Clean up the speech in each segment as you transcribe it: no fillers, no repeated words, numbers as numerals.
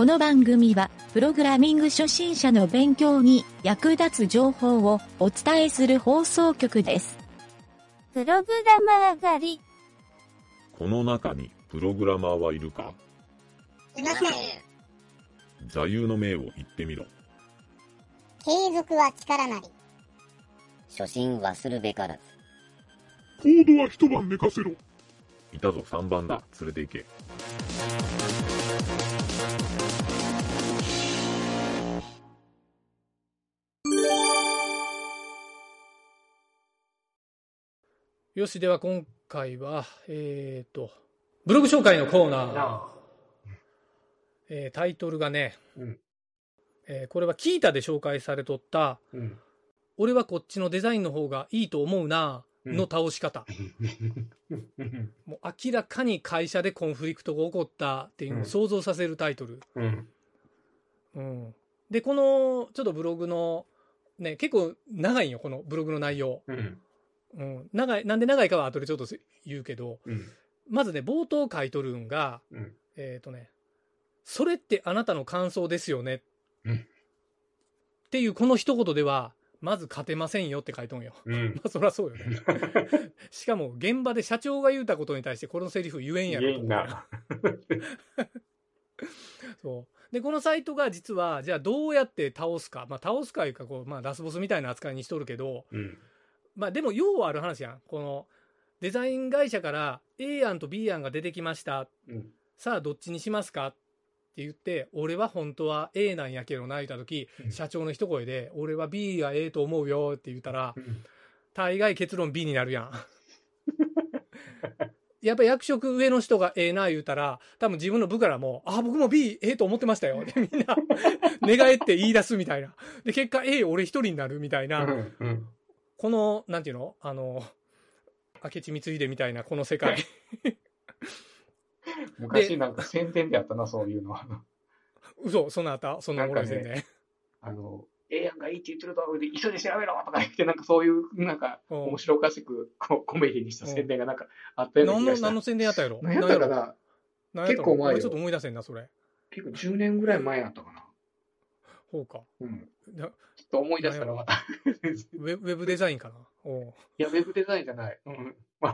の番組は、プログラミング初心者の勉強に役立つ情報をお伝えする放送局です。 プログラマー狩り。 この中にプログラマーはいるか？ いません。 座右の銘を言ってみろ。 継続は力なり。 初心忘るべからず。 コードは一晩寝かせろ。 いたぞ、3番だ。連れて行け。 よし、では今回は、ブログ紹介のコーナー。タイトルがね、これはキータで紹介されとった、俺はこっちのデザインの方がいいと思うなの倒し方。もう明らかに会社でコンフリクトが起こったっていうのを想像させるタイトル。で、このちょっとブログの、ね、結構長いんよ、このブログの内容。なんで長いかは後でちょっと言うけど、まずね、冒頭書いとるんが、それってあなたの感想ですよね。っていうこの一言では、まず勝てませんよって書いとんよ。まあそりゃそうよね。しかも現場で社長が言うたことに対してこのセリフ言えんやろと思ってな。そう。で、このサイトが実は、じゃあどうやって倒すか。まあ倒すかいうか、こう、まあラスボスみたいな扱いにしとるけど、まあでも要はある話やん。このデザイン会社から A 案と B 案が出てきました。さあどっちにしますかって言って、俺は本当は A なんやけどな言った時、社長の一声で俺は B が A と思うよって言ったら、大概結論 B になるやん。やっぱ役職上の人が A な言うたら、多分自分の部下らも、あ、僕も B、A と思ってましたよ。で、みんな、寝返って言い出すみたいな。で、結果 A 俺一人になるみたいな。この、なんていうの明智光秀みたいなこの世界。 昔なんか宣伝であったな、そういうのは。 嘘、そんなあった？そんなおもろい宣伝。 A 案がいいって言ってると、急いで調べろとか言って、なんかそういう、なんか、面白おかしくコメディにした宣伝がなんかあったような気がした。 何の宣伝やったやろ？ 何やったかな？結構前よ。 ちょっと思い出せんな、それ。 結構10年ぐらい前やったかな。 ほうか。 ちょっと思い出したらまた。 ウェブデザインかな。 いや、ウェブデザインじゃない。ま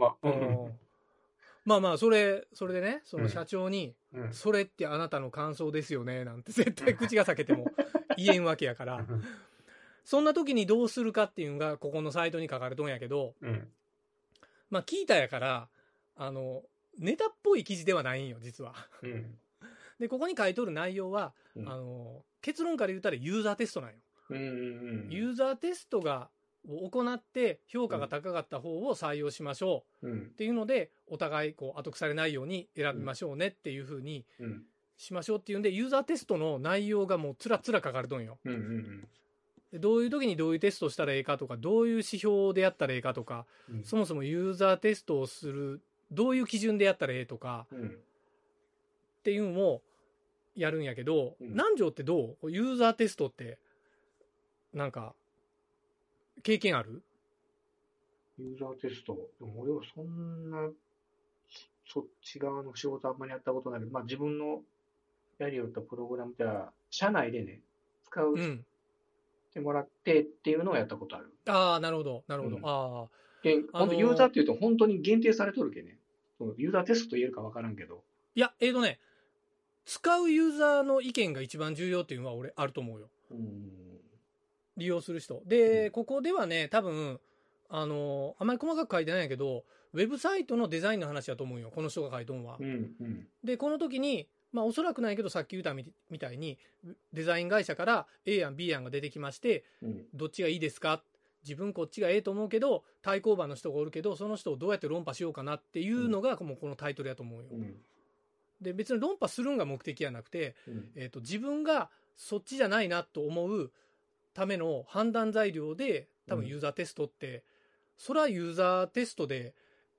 あ。 それでね、その社長に、それってあなたの感想ですよね、なんて絶対口が裂けても言えんわけやから、そんな時にどうするかっていうのが、ここのサイトに書かれとんやけど、まあ、聞いたやから、ネタっぽい記事ではないんよ、実は。で、ここに書いとる内容は、結論から言ったらユーザーテストなんよ。ユーザーテストを行って評価が高かった方を採用しましょうっていうので、お互いこう後腐れないように選びましょうねっていう風にしましょうっていうんで、ユーザーテストの内容がもうつらつら書かれとんよ。でどういう時にどういうテストしたらええかとか、どういう指標でやったらええかとか、そもそもユーザーテストをするどういう基準でやったらええとかっていうのをやるんやけど、南條ってどう？ユーザーテストってなんか経験ある？ ユーザーテスト。でも俺はそんな、そっち側の仕事あんまりやったことないけど、まあ自分のやりよったプログラムって社内でね、使う、ってもらってっていうのをやったことある。 ああ、なるほど。 で、本当ユーザーっていうと本当に限定されとるけね。ユーザーテストと言えるか分からんけど。 いや、使うユーザーの意見が一番重要っていうのは俺あると思うよ。利用する人で、ここではね、多分あまり細かく書いてないんやけど、ウェブサイトのデザインの話だと思うよ、この人が書いとんは。でこの時に、まあおそらくないけど、さっき言ったみたいにデザイン会社から A 案 B 案が出てきまして、どっちがいいですか、自分こっちがええと思うけど対抗馬の人がおるけど、その人をどうやって論破しようかなっていうのが、もうこのタイトルやと思うよ。で別に論破するんが目的やなくて、自分がそっちじゃないなと思うための判断材料で、多分ユーザーテストって、それはユーザーテストで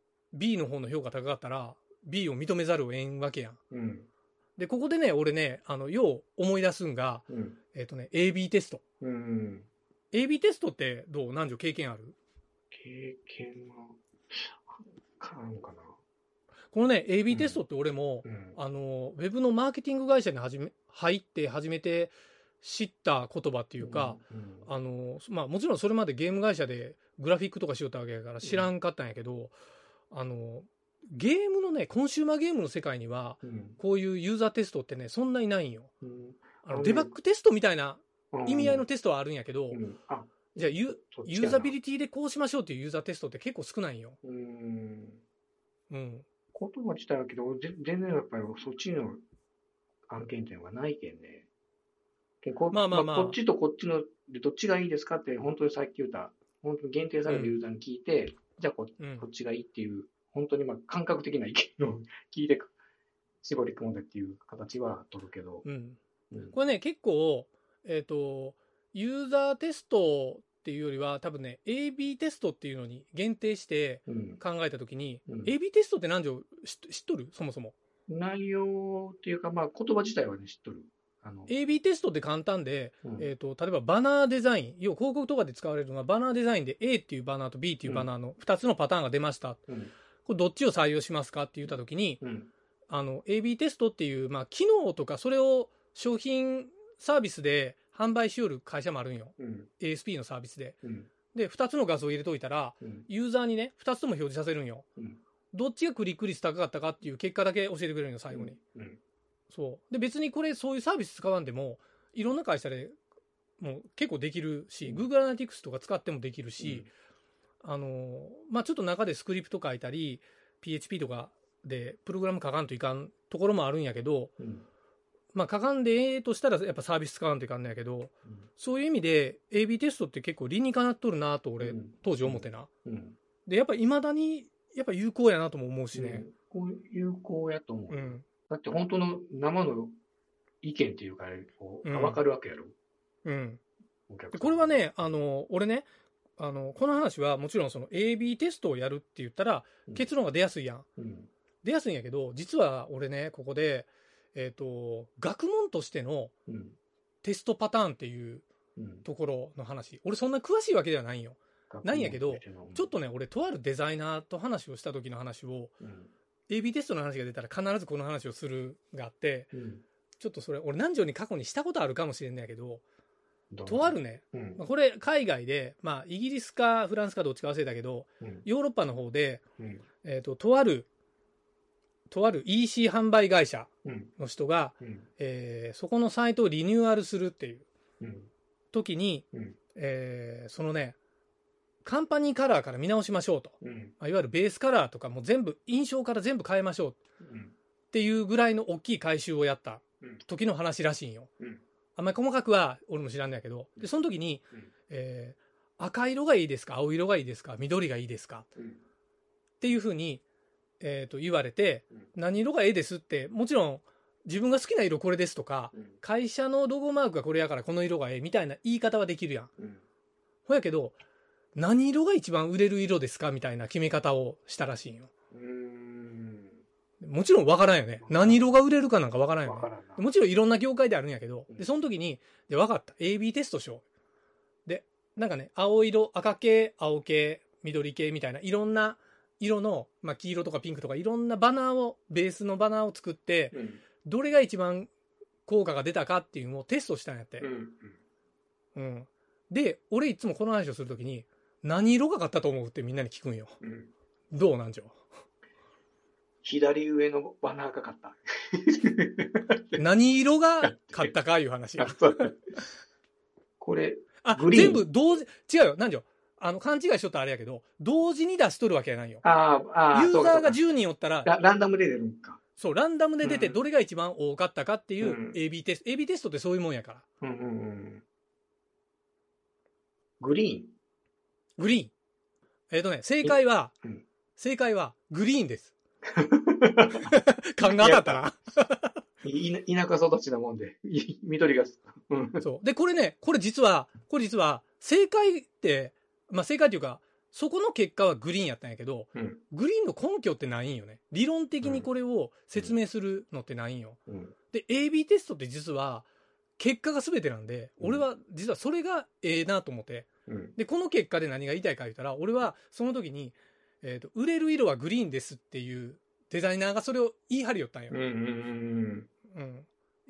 B の方の評価高かったら B を認めざるを得んわけやん。でここでね、俺ね、よう思い出すんが、AB テスト。AB テストってどう？南條経験ある？ 経験はあるのかな。 このね AB テストって俺も、ウェブのマーケティング会社に入って初めて知った言葉っていうか、まあもちろんそれまでゲーム会社でグラフィックとかしよったわけやから知らんかったんやけど、ゲームのね、コンシューマーゲームの世界には、こういうユーザーテストってね、そんなにないんよ。デバッグテストみたいな意味合いのテストはあるんやけど、じゃあユーザビリティでこうしましょうっていうユーザーテストって結構少ないんよ。 言葉自体はけど、全然やっぱりそっちの案件っていうのがないけんね。こっちとこっちのでどっちがいいですかって、本当にさっき言った、本当に限定されるユーザーに聞いて、じゃあこっちがいいっていう、本当に感覚的な意見を聞いて絞り込んでっていう形は取るけど。 これね、結構、ユーザーテストっていうよりは、多分ね、AB テストっていうのに限定して考えたときに、AB テストって何条知っとる？そもそも。 内容っていうか、言葉自体はね、知っとる。 AB テストって簡単で、例えばバナーデザイン、要は広告とかで使われるのがバナーデザインで A っていうバナーと B っていうバナーの2つのパターンが出ました。これどっちを採用しますかって言ったときに、AB テストっていう、機能とかそれを商品サービスで販売しよる会社もあるんよ。ASP のサービスで。で、2つの画像を入れといたら、ユーザーにね、2つとも表示させるんよ。どっちがクリック率高かったかっていう結果だけ教えてくれるんよ、最後に。そう。で、別にこれ、そういうサービス使わんでも、いろんな会社でもう結構できるし、Google Analytics とか使ってもできるし、ちょっと中でスクリプト書いたり、PHP とかでプログラム書かんといかんところもあるんやけど、書かんでとしたらやっぱサービス使わんといかんのやけど、そういう意味で AB テストって結構理にかなっとるなと俺、当時思ってな。で、やっぱ未だにやっぱ有効やなとも思うしね。 有効やと思う。だって本当の生の意見っていうか、分かるわけやろ。これはね、俺ね、この話はもちろんその AB テストをやるって言ったら結論が出やすいやん。出やすいんやけど、実は俺ね、ここで、学問としてのテストパターンっていうところの話、俺そんな詳しいわけではないんよ。ないんやけど、ちょっとね、俺とあるデザイナーと話をした時の話を、AB テストの話が出たら必ずこの話をするがあって、ちょっとそれ俺何条に過去にしたことあるかもしれんのやけど、とあるね、これ海外で、イギリスかフランスかどっちか忘れたけど、ヨーロッパの方で、とある EC 販売会社の人が、そこのサイトをリニューアルするっていう時に、そのね、カンパニーカラーから見直しましょうと、いわゆるベースカラーとかも全部印象から全部変えましょうっていうぐらいの大きい改修をやった時の話らしいんよ。あんまり細かくは俺も知らんのやけど、でその時に、赤色がいいですか、青色がいいですか、緑がいいですか、っていうふうに、言われて、何色がええですって、もちろん自分が好きな色これですとか、会社のロゴマークがこれやからこの色がええみたいな言い方はできるやん。ほやけど何色が一番売れる色ですかみたいな決め方をしたらしいんよ。もちろん分からんよね。何色が売れるかなんか分からんよね。もちろんいろんな業界であるんやけど、でその時に分かった、 AB テストしよう。でなんかね、青色、赤系、青系、緑系みたいないろんな色の、黄色とかピンクとかいろんなバナーを、ベースのバナーを作って、どれが一番効果が出たかっていうのをテストしたんやって。で俺いつもこの話をするときに、何色が勝ったと思うってみんなに聞くんよ。どうなんじゃ。 左上のバナーが勝った。 何色が勝ったかいう話。 これ、 全部同時、違うよ、なんじゃ。勘違いしとったらあれやけど、同時に出しとるわけやないよ。ユーザーが10人おったら、 ランダムで出るんか。 そう、ランダムで出て、どれが一番多かったかっていう AB テスト。AB テストってそういうもんやから。 グリーン。正解はグリーンです。勘が当たったな。 田舎育ちなもんで、緑が。 そう。で、これ実は、正解って、正解っていうか、そこの結果はグリーンやったんやけど、グリーンの根拠ってないんよね。理論的にこれを説明するのってないんよ。で、AB テストって実は、結果が全てなんで、俺は実はそれがええなと思って、で、この結果で何が言いたいか言ったら、俺はその時に、売れる色はグリーンですっていうデザイナーがそれを言い張りよったんよ。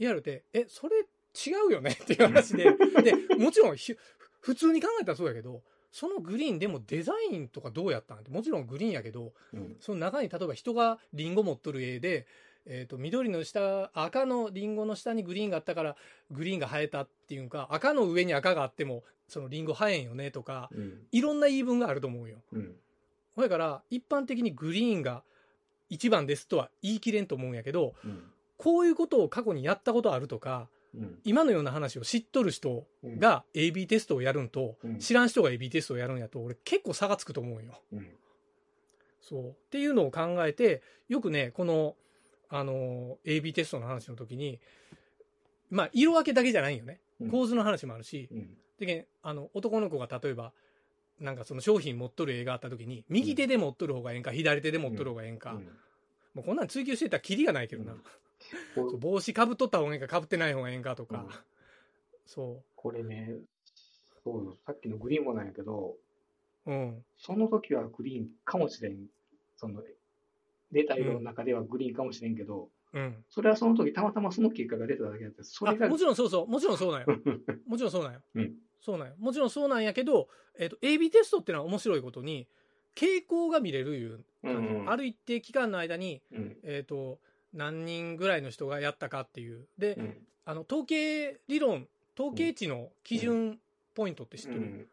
言われて、それ違うよねっていう話で、で、もちろん普通に考えたらそうやけど、そのグリーンでもデザインとかどうやったんって、もちろんグリーンやけど、その中に例えば人がリンゴ持っとる絵で、緑の下、赤のリンゴの下にグリーンがあったからグリーンが生えたっていうか、赤の上に赤があってもそのリンゴ生えんよねとか、いろんな言い分があると思うよ。だから一般的にグリーンが一番ですとは言い切れんと思うんやけど、こういうことを過去にやったことあるとか、今のような話を知っとる人が AB テストをやるんと、知らん人が AB テストをやるんやと俺結構差がつくと思うよ。そうっていうのを考えて、よくねこのAB テストの話の時に、まあ色分けだけじゃないよね、構図の話もあるし、で男の子が例えばなんかその商品持っとる絵があった時に、右手で持っとる方がええんか、左手で持っとる方がええんか、もうこんなん追求してたらキリがないけどな、そう帽子かぶっとった方がええんかかぶってない方がええんかとか、そうこれね、そうさっきのグリーンもなんやけど、 うんその時はグリーンかもしれん、その出た色の中ではグリーンかもしれんけど、それはその時たまたまその結果が出ただけだって、それがもちろんそうもちろんそうなんよもちろんそうなんよ、そうなんよ、もちろんそうなんやけど、AB テストっていうのは面白いことに傾向が見れるいう、ある一定期間の間に、何人ぐらいの人がやったかっていうで、統計理論、統計値の基準ポイントって知ってる？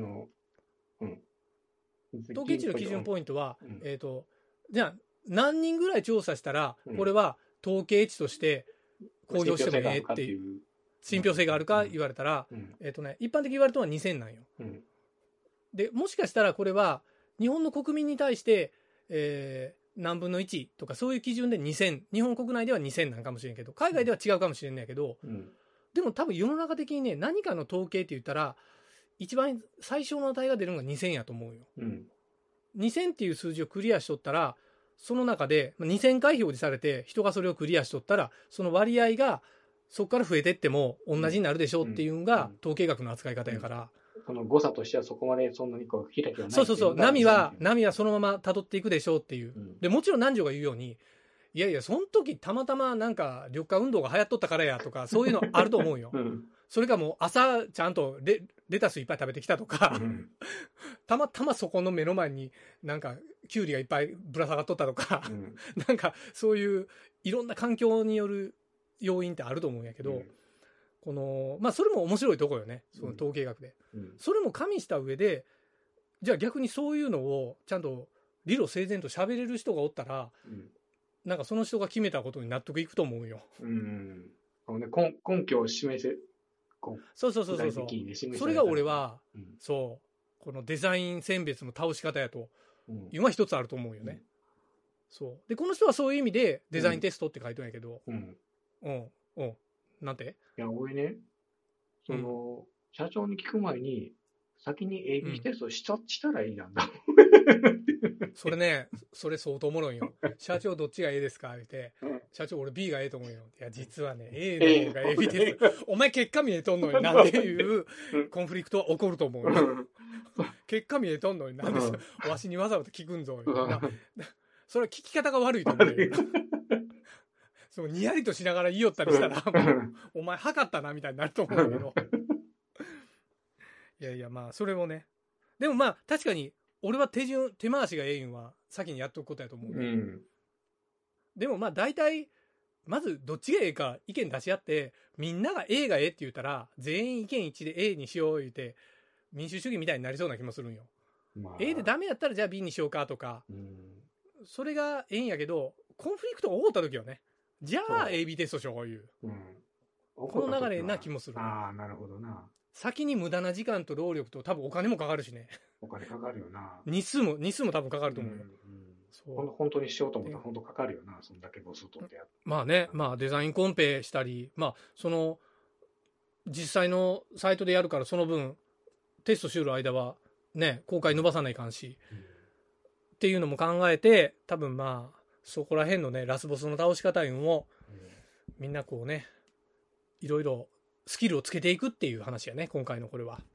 統計値の基準ポイントは、じゃあ何人ぐらい調査したら、これは統計値として公表してもええっていう信憑性があるか言われたら、一般的に言われたのは2000なんよ。でもしかしたらこれは日本の国民に対して、何分の1とかそういう基準で2000、日本国内では2000なんかもしれんけど、海外では違うかもしれんねんけど、でも多分世の中的にね、何かの統計って言ったら一番最小の値が出るのが2000やと思うよ。2000っていう数字をクリアしとったら、その中で2000回表示されて人がそれをクリアしとったら、その割合がそこから増えてっても同じになるでしょうっていうのが統計学の扱い方やから、 その誤差としてはそこまでそんなにこう開きはない。 そう波はそのまま辿っていくでしょうっていう、でもちろん南條が言うように、いやいやその時たまたまなんか緑化運動が流行っとったからやとか、そういうのあると思うよそれがもう朝ちゃんとレタスいっぱい食べてきたとか、たまたまそこの目の前になんかキュウリがいっぱいぶら下がっとったとか、なんかそういういろんな環境による要因ってあると思うんやけど、このまあそれも面白いところよね、その統計学で、それも加味した上で、じゃあ逆にそういうのをちゃんと理路整然と喋れる人がおったら、なんかその人が決めたことに納得いくと思うよ。 根拠を示せ、 そうそれが俺は、そうこのデザイン選別の倒し方やというのは一つあると思うよね。そうでこの人はそういう意味でデザインテストって書いてるんやけど、なんて？ いや俺ね、その、社長に聞く前に先に AB テストしたらいいなんだ。 それね、それ相当おもろいんよ。社長どっちが A ですかって言って、社長俺 B が A と思うよ。いや実はね A の方が AB テスト、お前結果見えとんのになんていうコンフリクトは起こると思うよ。結果見えとんのになんでわしにわざわざ聞くんぞ。それは聞き方が悪いと思うよ。そうにやりとしながら言いよったりしたら、お前測ったなみたいになると思うんだけど。いやいやまあそれもね、でもまあ確かに俺は手回しがええんは先にやっとくことやと思う、でもまあ大体まずどっちがええか意見出し合って、みんなが A がええって言ったら全員意見一致で A にしよう言うて民主主義みたいになりそうな気もするんよ、A でダメやったらじゃあ B にしようかとか、それがええんやけど、コンフリクトが起こった時はね、じゃあ AB テストしよういう、この流れな気もする。 ああなるほどな。 先に無駄な時間と労力と多分お金もかかるしね。 お金かかるよな。 日数も多分かかると思うよ。 本当にしようと思ったら本当かかるよな、そんだけボスとってやって。 まあね、まあデザインコンペしたり、まあその実際のサイトでやるからその分テストしよる間はね公開伸ばさないかんし、っていうのも考えて、多分まあそこら辺のねラスボスの倒し方いうのをみんなこうねいろいろスキルをつけていくっていう話やね、今回のこれは。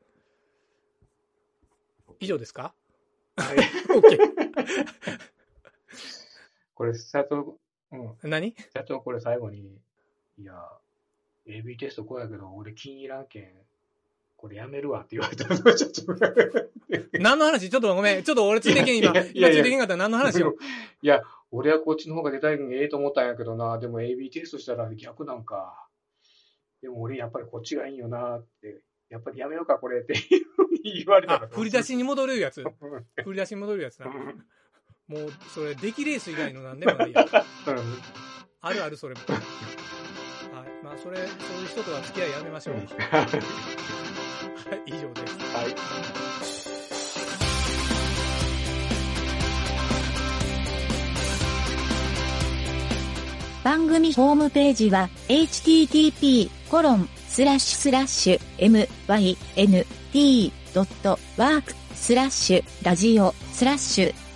以上ですか？ はい。 OK。 これ社長、 何？ 社長これ最後にいや、AB テストこうやけど、俺気に入らんけん、これやめるわって言われたら、ちょっと。 何の話ちょっとごめん。ちょっと俺ついてけん今。今ついてけんかったら何の話よ。 いや、俺はこっちの方が出たいけんええと思ったんやけどな、でも AB テストしたら逆なんか。でも俺やっぱりこっちがいいよなって、やっぱりやめようかこれって言われたら。 振り出しに戻れるやつ。振り出しに戻るやつな。もう、それ、出来レース以外の何でもないや。あるある、それも。はい。まあ、そういう人とは付き合いやめましょう。はい、以上です。 はい。 番組ホームページは http://mynt.work/ラジオ/